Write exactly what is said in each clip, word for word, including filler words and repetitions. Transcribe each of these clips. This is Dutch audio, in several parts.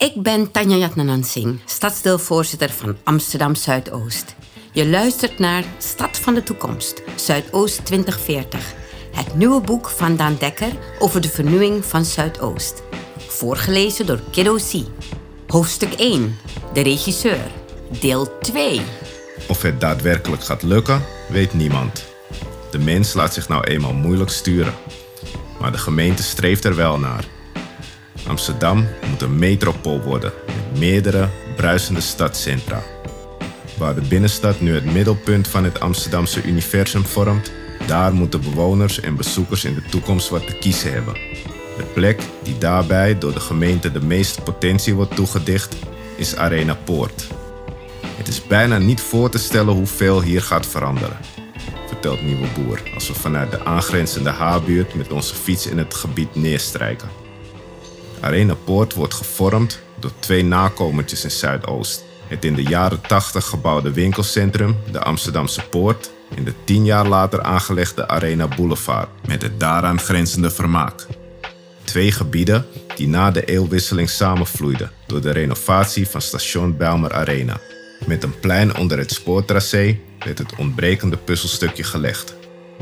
Ik ben Tanja Jatnanansing, stadsdeelvoorzitter van Amsterdam Zuidoost. Je luistert naar Stad van de Toekomst, Zuidoost twintig veertig. Het nieuwe boek van Daan Dekker over de vernieuwing van Zuidoost. Voorgelezen door Kiddo C. Hoofdstuk één, de regisseur. Deel twee. Of het daadwerkelijk gaat lukken, weet niemand. De mens laat zich nou eenmaal moeilijk sturen. Maar de gemeente streeft er wel naar. Amsterdam moet een metropool worden met meerdere bruisende stadscentra. Waar de binnenstad nu het middelpunt van het Amsterdamse universum vormt, daar moeten bewoners en bezoekers in de toekomst wat te kiezen hebben. De plek die daarbij door de gemeente de meeste potentie wordt toegedicht, is Arena Poort. Het is bijna niet voor te stellen hoeveel hier gaat veranderen, vertelt Nieuwe Boer als we vanuit de aangrenzende H-buurt met onze fiets in het gebied neerstrijken. Arena Poort wordt gevormd door twee nakomertjes in Zuidoost. Het in de jaren tachtig gebouwde winkelcentrum, de Amsterdamse Poort, en de tien jaar later aangelegde Arena Boulevard met het daaraan grenzende vermaak. Twee gebieden die na de eeuwwisseling samenvloeiden door de renovatie van station Bijlmer Arena. Met een plein onder het spoortracé werd het ontbrekende puzzelstukje gelegd.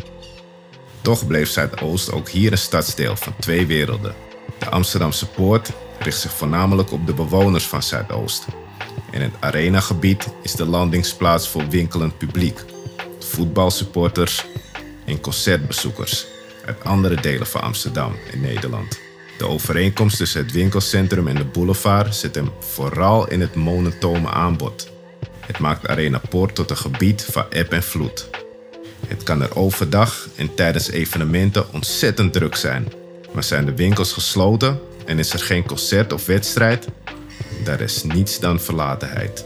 Toch bleef Zuidoost ook hier een stadsdeel van twee werelden. De Amsterdamse Poort richt zich voornamelijk op de bewoners van Zuidoost. En het arenagebied is de landingsplaats voor winkelend publiek, voetbalsupporters en concertbezoekers uit andere delen van Amsterdam en Nederland. De overeenkomst tussen het winkelcentrum en de boulevard zit hem vooral in het monotone aanbod. Het maakt Arena Poort tot een gebied van eb en vloed. Het kan er overdag en tijdens evenementen ontzettend druk zijn. Maar zijn de winkels gesloten en is er geen concert of wedstrijd, daar is niets dan verlatenheid.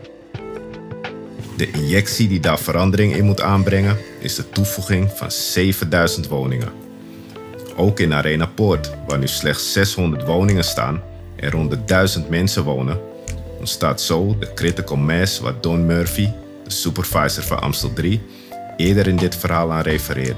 De injectie die daar verandering in moet aanbrengen is de toevoeging van zevenduizend woningen. Ook in Arena Poort, waar nu slechts zeshonderd woningen staan en rond de duizend mensen wonen, ontstaat zo de critical mass waar Don Murphy, de supervisor van Amstel drie, eerder in dit verhaal aan refereerde.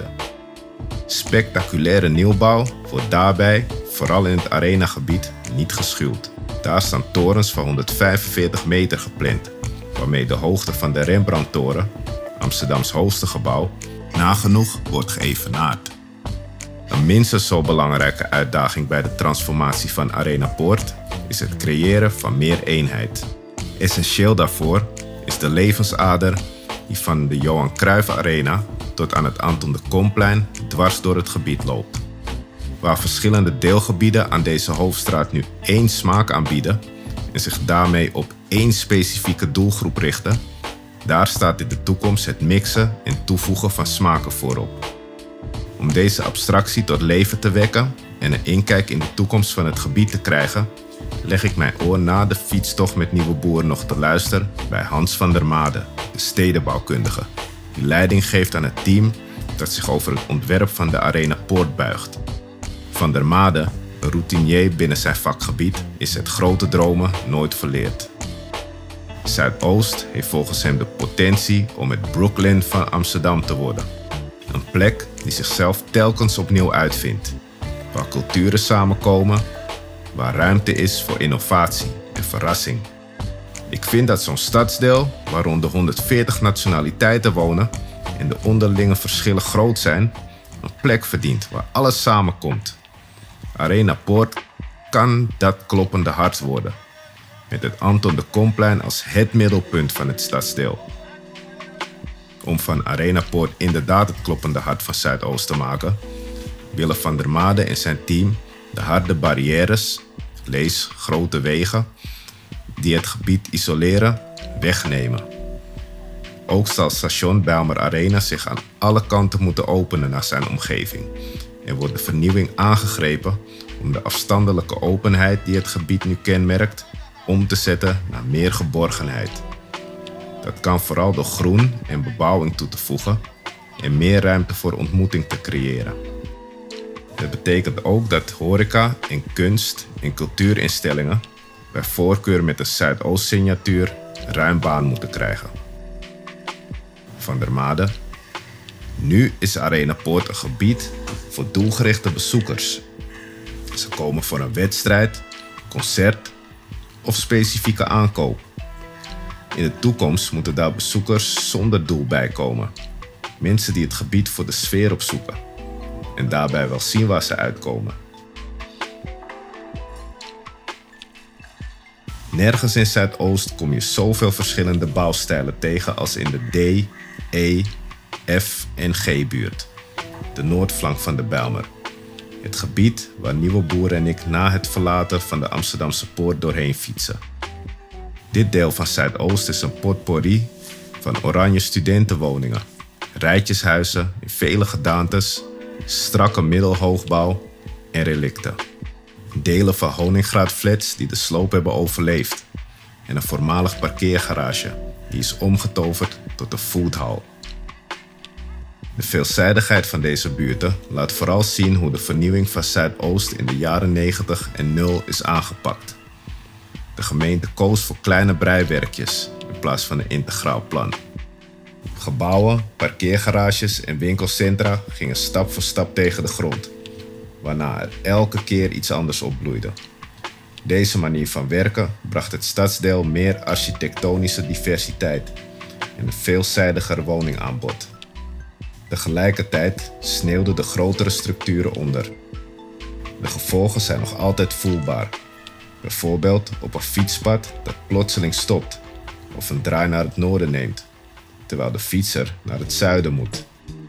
Spectaculaire nieuwbouw wordt daarbij, vooral in het arenagebied, niet geschuwd. Daar staan torens van honderdvijfenveertig meter gepland, waarmee de hoogte van de Rembrandttoren, Amsterdams hoogste gebouw, nagenoeg wordt geëvenaard. Een minstens zo belangrijke uitdaging bij de transformatie van Arena Poort is het creëren van meer eenheid. Essentieel daarvoor is de levensader die van de Johan Cruijff Arena tot aan het Anton de Komplein dwars door het gebied loopt. Waar verschillende deelgebieden aan deze hoofdstraat nu één smaak aanbieden en zich daarmee op één specifieke doelgroep richten, daar staat in de toekomst het mixen en toevoegen van smaken voorop. Om deze abstractie tot leven te wekken en een inkijk in de toekomst van het gebied te krijgen, leg ik mijn oor na de fietstocht met Nieuwe Boer nog te luisteren bij Hans van der Made, de stedenbouwkundige, die leiding geeft aan het team dat zich over het ontwerp van de Arena Poort buigt. Van der Made, een routinier binnen zijn vakgebied, is het grote dromen nooit verleerd. Zuidoost heeft volgens hem de potentie om het Brooklyn van Amsterdam te worden. Een plek die zichzelf telkens opnieuw uitvindt, waar culturen samenkomen, waar ruimte is voor innovatie en verrassing. Ik vind dat zo'n stadsdeel, waar rond de honderdveertig nationaliteiten wonen en de onderlinge verschillen groot zijn, een plek verdient waar alles samenkomt. Arena Poort kan dat kloppende hart worden, met het Anton de Komplein als het middelpunt van het stadsdeel. Om van Arena Poort inderdaad het kloppende hart van Zuidoost te maken, willen Van der Made en zijn team de harde barrières, lees grote wegen, die het gebied isoleren, wegnemen. Ook zal station Bijlmer Arena zich aan alle kanten moeten openen naar zijn omgeving. Er wordt de vernieuwing aangegrepen om de afstandelijke openheid die het gebied nu kenmerkt, om te zetten naar meer geborgenheid. Dat kan vooral door groen en bebouwing toe te voegen en meer ruimte voor ontmoeting te creëren. Dat betekent ook dat horeca en kunst- en cultuurinstellingen bij voorkeur met een Zuidoost-signatuur ruim baan moeten krijgen. Van der Made. Nu is Arena Poort een gebied voor doelgerichte bezoekers. Ze komen voor een wedstrijd, concert of specifieke aankoop. In de toekomst moeten daar bezoekers zonder doel bij komen. Mensen die het gebied voor de sfeer opzoeken en daarbij wel zien waar ze uitkomen. Nergens in Zuidoost kom je zoveel verschillende bouwstijlen tegen als in de D, E, F en G-buurt, de noordflank van de Bijlmer. Het gebied waar Nieuwe Boer en ik na het verlaten van de Amsterdamse Poort doorheen fietsen. Dit deel van Zuidoost is een potpourri van oranje studentenwoningen, rijtjeshuizen in vele gedaantes, strakke middelhoogbouw en relicten. Delen van Honingraadflats die de sloop hebben overleefd en een voormalig parkeergarage die is omgetoverd tot een foodhal. De veelzijdigheid van deze buurten laat vooral zien hoe de vernieuwing van Zuidoost in de jaren negentig en nul is aangepakt. De gemeente koos voor kleine breiwerkjes in plaats van een integraal plan. Gebouwen, parkeergarages en winkelcentra gingen stap voor stap tegen de grond, waarna er elke keer iets anders opbloeide. Deze manier van werken bracht het stadsdeel meer architectonische diversiteit en een veelzijdiger woningaanbod. Tegelijkertijd sneeuwden de grotere structuren onder. De gevolgen zijn nog altijd voelbaar. Bijvoorbeeld op een fietspad dat plotseling stopt of een draai naar het noorden neemt, terwijl de fietser naar het zuiden moet.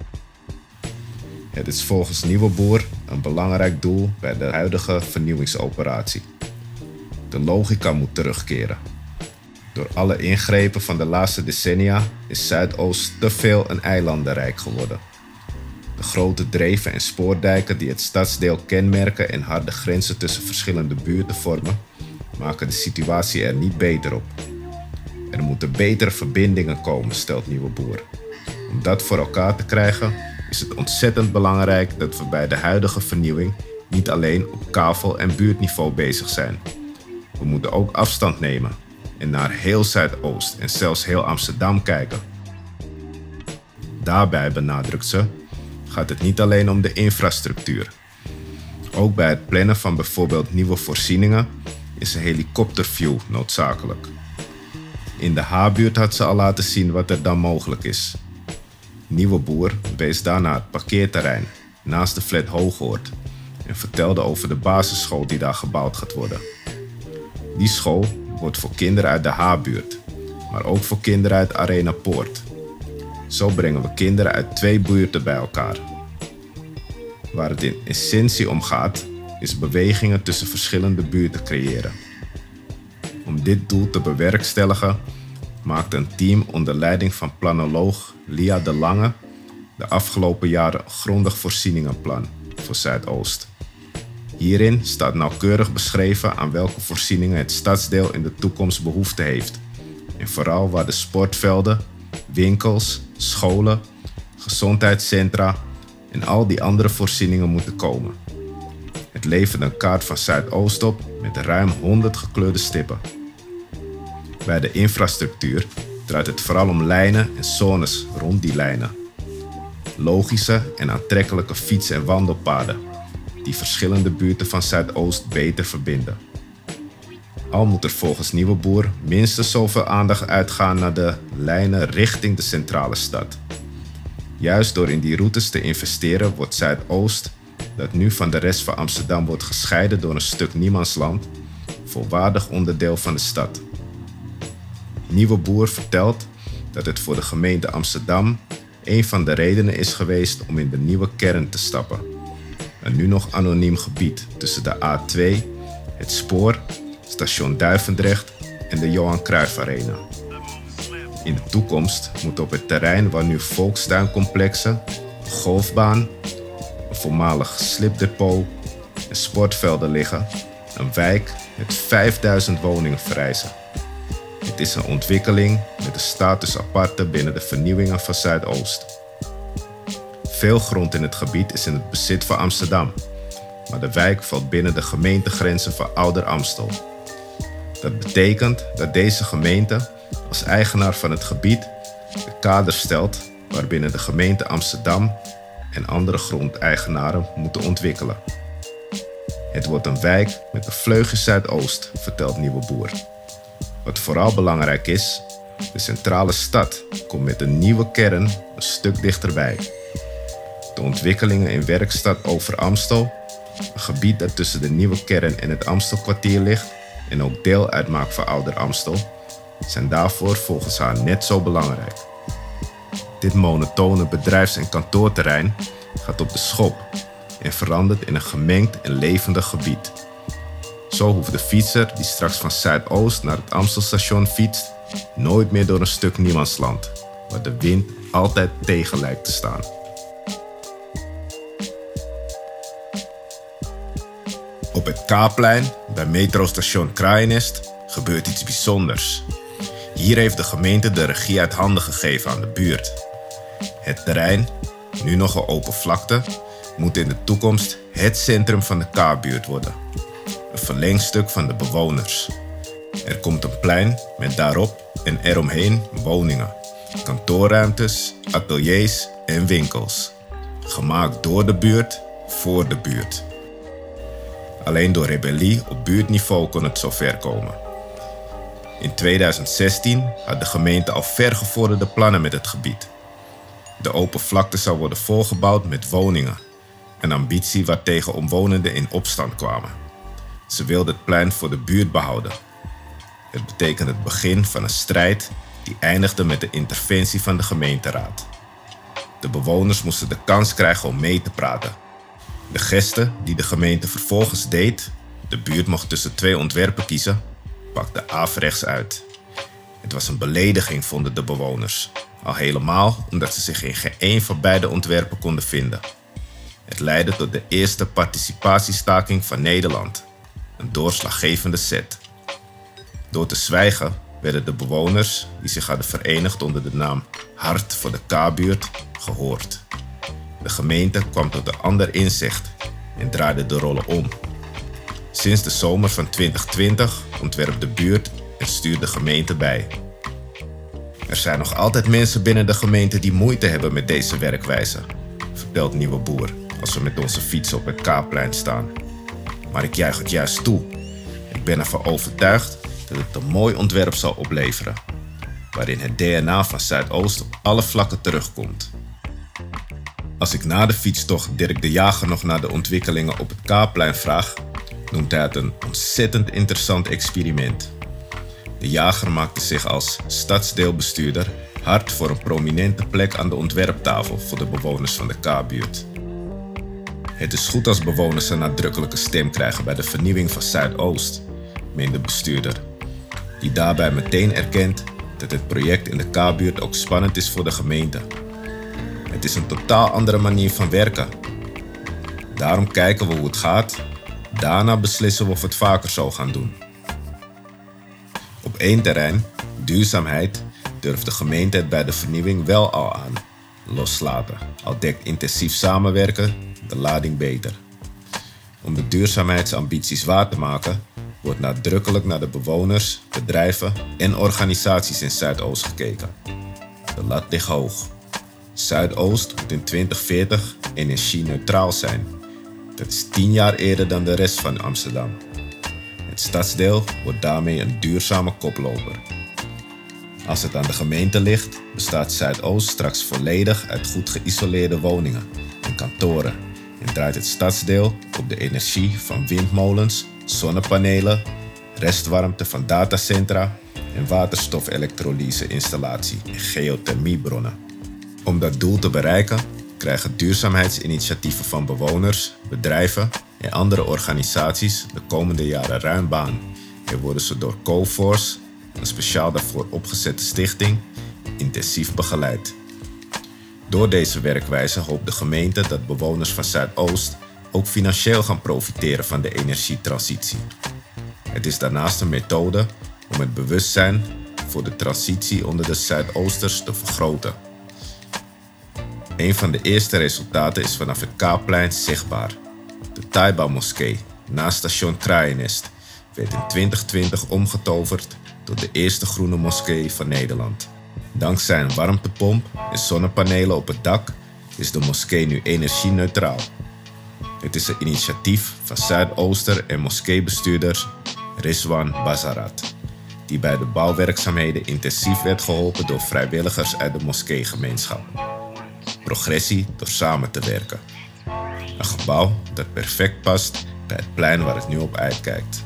Het is volgens Nieuwe Boer een belangrijk doel bij de huidige vernieuwingsoperatie. De logica moet terugkeren. Door alle ingrepen van de laatste decennia is Zuidoost te veel een eilandenrijk geworden. De grote dreven en spoordijken die het stadsdeel kenmerken en harde grenzen tussen verschillende buurten vormen, maken de situatie er niet beter op. Er moeten betere verbindingen komen, stelt Nieuwe Boer. Om dat voor elkaar te krijgen is het ontzettend belangrijk dat we bij de huidige vernieuwing niet alleen op kavel- en buurtniveau bezig zijn. We moeten ook afstand nemen en naar heel Zuidoost en zelfs heel Amsterdam kijken. Daarbij, benadrukt ze, gaat het niet alleen om de infrastructuur. Ook bij het plannen van bijvoorbeeld nieuwe voorzieningen is een helikopterview noodzakelijk. In de H-buurt had ze al laten zien wat er dan mogelijk is. Nieuwe Boer wees daarna het parkeerterrein naast de flat Hoogoord en vertelde over de basisschool die daar gebouwd gaat worden. Die school wordt voor kinderen uit de H-buurt, maar ook voor kinderen uit Arena Poort. Zo brengen we kinderen uit twee buurten bij elkaar. Waar het in essentie om gaat, is bewegingen tussen verschillende buurten creëren. Om dit doel te bewerkstelligen maakte een team onder leiding van planoloog Lia de Lange de afgelopen jaren een grondig voorzieningenplan voor Zuidoost. Hierin staat nauwkeurig beschreven aan welke voorzieningen het stadsdeel in de toekomst behoefte heeft en vooral waar de sportvelden, winkels, scholen, gezondheidscentra en al die andere voorzieningen moeten komen. Het levert een kaart van Zuidoost op met ruim honderd gekleurde stippen. Bij de infrastructuur draait het vooral om lijnen en zones rond die lijnen. Logische en aantrekkelijke fiets- en wandelpaden die verschillende buurten van Zuidoost beter verbinden. Al moet er volgens Nieuwe Boer minstens zoveel aandacht uitgaan naar de lijnen richting de centrale stad. Juist door in die routes te investeren wordt Zuidoost, dat nu van de rest van Amsterdam wordt gescheiden door een stuk niemandsland, volwaardig onderdeel van de stad. Nieuwe Boer vertelt dat het voor de gemeente Amsterdam een van de redenen is geweest om in de nieuwe kern te stappen. Een nu nog anoniem gebied tussen de A twee, het spoor, station Duivendrecht en de Johan Cruijff Arena. In de toekomst moet op het terrein waar nu volkstuincomplexen, een golfbaan, een voormalig slipdepot en sportvelden liggen, een wijk met vijfduizend woningen verrijzen. Het is een ontwikkeling met een status aparte binnen de vernieuwingen van Zuidoost. Veel grond in het gebied is in het bezit van Amsterdam, maar de wijk valt binnen de gemeentegrenzen van Ouder Amstel. Dat betekent dat deze gemeente als eigenaar van het gebied de kaders stelt waarbinnen de gemeente Amsterdam en andere grondeigenaren moeten ontwikkelen. Het wordt een wijk met een vleugje Zuidoost, vertelt Nieuwe Boer. Wat vooral belangrijk is, de centrale stad komt met een nieuwe kern een stuk dichterbij. De ontwikkelingen in Werkstad Overamstel, een gebied dat tussen de nieuwe kern en het Amstelkwartier ligt en ook deel uitmaakt van Ouder Amstel, zijn daarvoor volgens haar net zo belangrijk. Dit monotone bedrijfs- en kantoorterrein gaat op de schop en verandert in een gemengd en levendig gebied. Zo hoeft de fietser die straks van Zuidoost naar het Amstelstation fietst nooit meer door een stuk niemandsland, waar de wind altijd tegen lijkt te staan. Op het Kaapplein, bij metrostation Kraaienest, gebeurt iets bijzonders. Hier heeft de gemeente de regie uit handen gegeven aan de buurt. Het terrein, nu nog een open vlakte, moet in de toekomst het centrum van de K-buurt worden. Een verlengstuk van de bewoners. Er komt een plein met daarop en eromheen woningen, kantoorruimtes, ateliers en winkels. Gemaakt door de buurt, voor de buurt. Alleen door rebellie op buurtniveau kon het zover komen. In tweeduizend zestien had de gemeente al vergevorderde plannen met het gebied. De open vlakte zou worden volgebouwd met woningen. Een ambitie waartegen omwonenden in opstand kwamen. Ze wilden het plein voor de buurt behouden. Het betekende het begin van een strijd die eindigde met de interventie van de gemeenteraad. De bewoners moesten de kans krijgen om mee te praten. De geste die de gemeente vervolgens deed, de buurt mocht tussen twee ontwerpen kiezen, pakte averechts uit. Het was een belediging, vonden de bewoners. Al helemaal omdat ze zich in geen één van beide ontwerpen konden vinden. Het leidde tot de eerste participatiestaking van Nederland. Een doorslaggevende zet. Door te zwijgen werden de bewoners, die zich hadden verenigd onder de naam Hart voor de K-buurt, gehoord. De gemeente kwam tot een ander inzicht en draaide de rollen om. Sinds de zomer van twintig twintig ontwerpt de buurt en stuurt de gemeente bij. Er zijn nog altijd mensen binnen de gemeente die moeite hebben met deze werkwijze, vertelt Nieuwe Boer als we met onze fiets op het Kaapplein staan. Maar ik juich het juist toe. Ik ben ervan overtuigd dat het een mooi ontwerp zal opleveren, waarin het D N A van Zuidoost op alle vlakken terugkomt. Als ik na de fietstocht Dirk de Jager nog naar de ontwikkelingen op het Kaapplein vraag, noemt hij het een ontzettend interessant experiment. De Jager maakte zich als stadsdeelbestuurder hard voor een prominente plek aan de ontwerptafel voor de bewoners van de K-buurt. Het is goed als bewoners een nadrukkelijke stem krijgen bij de vernieuwing van Zuidoost, meent de bestuurder, die daarbij meteen erkent dat het project in de K-buurt ook spannend is voor de gemeente. Het is een totaal andere manier van werken. Daarom kijken we hoe het gaat, daarna beslissen we of we het vaker zo gaan doen. Op één terrein, duurzaamheid, durft de gemeente het bij de vernieuwing wel al aan. Loslaten, al dekt intensief samenwerken de lading beter. Om de duurzaamheidsambities waar te maken, wordt nadrukkelijk naar de bewoners, bedrijven en organisaties in Zuidoost gekeken. De lat ligt hoog. Zuidoost moet in twintig veertig energie-neutraal zijn. Dat is tien jaar eerder dan de rest van Amsterdam. Het stadsdeel wordt daarmee een duurzame koploper. Als het aan de gemeente ligt, bestaat Zuidoost straks volledig uit goed geïsoleerde woningen en kantoren en draait het stadsdeel op de energie van windmolens, zonnepanelen, restwarmte van datacentra en waterstofelektrolyse-installatie en geothermiebronnen. Om dat doel te bereiken krijgen duurzaamheidsinitiatieven van bewoners, bedrijven en andere organisaties de komende jaren ruim baan en worden ze door Coforce, een speciaal daarvoor opgezette stichting, intensief begeleid. Door deze werkwijze hoopt de gemeente dat bewoners van Zuidoost ook financieel gaan profiteren van de energietransitie. Het is daarnaast een methode om het bewustzijn voor de transitie onder de Zuidoosters te vergroten. Een van de eerste resultaten is vanaf het Kaapplein zichtbaar. De Taiba-moskee, naast station Kraaienest, werd in twintig twintig omgetoverd tot de eerste groene moskee van Nederland. Dankzij een warmtepomp en zonnepanelen op het dak is de moskee nu energie-neutraal. Het is een initiatief van Zuidooster en moskeebestuurder Rizwan Bazarat, die bij de bouwwerkzaamheden intensief werd geholpen door vrijwilligers uit de moskeegemeenschap. Progressie door samen te werken. Een gebouw dat perfect past bij het plein waar het nu op uitkijkt.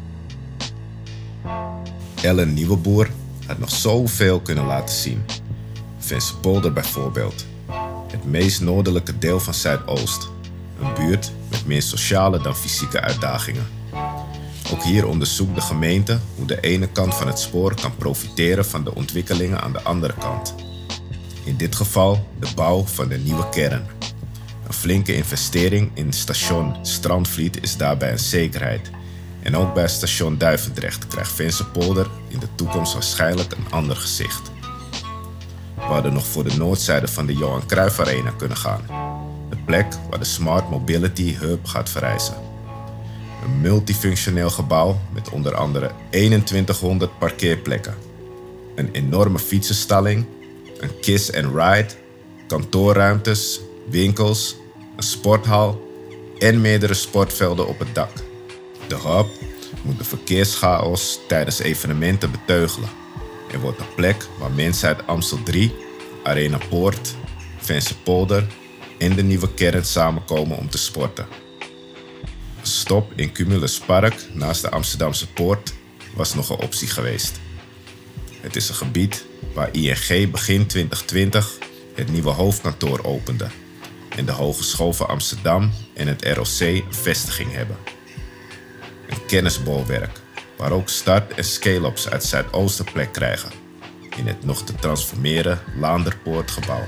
Ellen Nieuweboer had nog zoveel kunnen laten zien. Vensterpolder bijvoorbeeld. Het meest noordelijke deel van Zuidoost. Een buurt met meer sociale dan fysieke uitdagingen. Ook hier onderzoekt de gemeente hoe de ene kant van het spoor kan profiteren van de ontwikkelingen aan de andere kant. In dit geval de bouw van de nieuwe kern. Een flinke investering in station Strandvliet is daarbij een zekerheid. En ook bij station Duivendrecht krijgt Vensterpolder in de toekomst waarschijnlijk een ander gezicht. We hadden nog voor de noordzijde van de Johan Cruijff Arena kunnen gaan. De plek waar de Smart Mobility Hub gaat verrijzen. Een multifunctioneel gebouw met onder andere eenentwintighonderd parkeerplekken. Een enorme fietsenstalling, een kiss and ride, kantoorruimtes, winkels, een sporthal en meerdere sportvelden op het dak. De hub moet de verkeerschaos tijdens evenementen beteugelen en wordt een plek waar mensen uit Amstel drie, Arena Poort, Vensterpolder en de nieuwe kern samenkomen om te sporten. Een stop in Cumulus Park naast de Amsterdamse Poort was nog een optie geweest. Het is een gebied waar I N G begin twintig twintig het nieuwe hoofdkantoor opende en de Hogeschool van Amsterdam en het R O C een vestiging hebben. Een kennisbolwerk waar ook start- en scale-ups uit Zuidooster plek krijgen in het nog te transformeren Laanderpoortgebouw.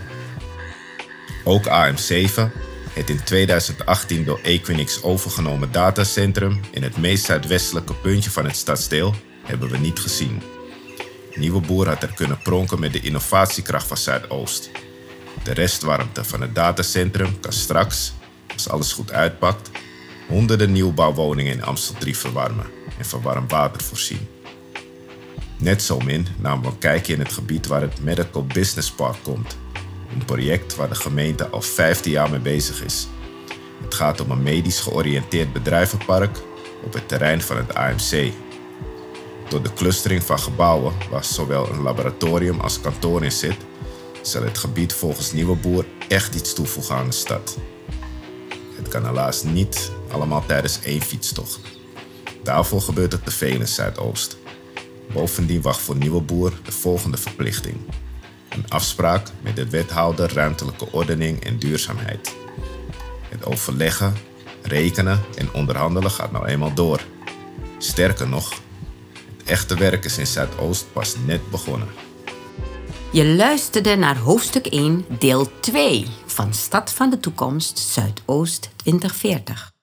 Ook A M zeven, het in tweeduizend achttien door Equinix overgenomen datacentrum in het meest zuidwestelijke puntje van het stadsdeel, hebben we niet gezien. Nieuweboer had er kunnen pronken met de innovatiekracht van Zuidoost. De restwarmte van het datacentrum kan straks, als alles goed uitpakt, honderden nieuwbouwwoningen in Amstel drie verwarmen en van warm water voorzien. Net zo min namen we een kijkje in het gebied waar het Medical Business Park komt. Een project waar de gemeente al vijftien jaar mee bezig is. Het gaat om een medisch georiënteerd bedrijvenpark op het terrein van het A M C. Door de clustering van gebouwen waar zowel een laboratorium als kantoor in zit, zal het gebied volgens Nieuweboer echt iets toevoegen aan de stad. Het kan helaas niet allemaal tijdens één fietstocht. Daarvoor gebeurt het te veel in Zuidoost. Bovendien wacht voor Nieuweboer de volgende verplichting. Een afspraak met de wethouder ruimtelijke ordening en duurzaamheid. Het overleggen, rekenen en onderhandelen gaat nou eenmaal door. Sterker nog, het echte werk is in Zuidoost pas net begonnen. Je luisterde naar hoofdstuk één, deel twee van Stad van de Toekomst Zuidoost twintig veertig.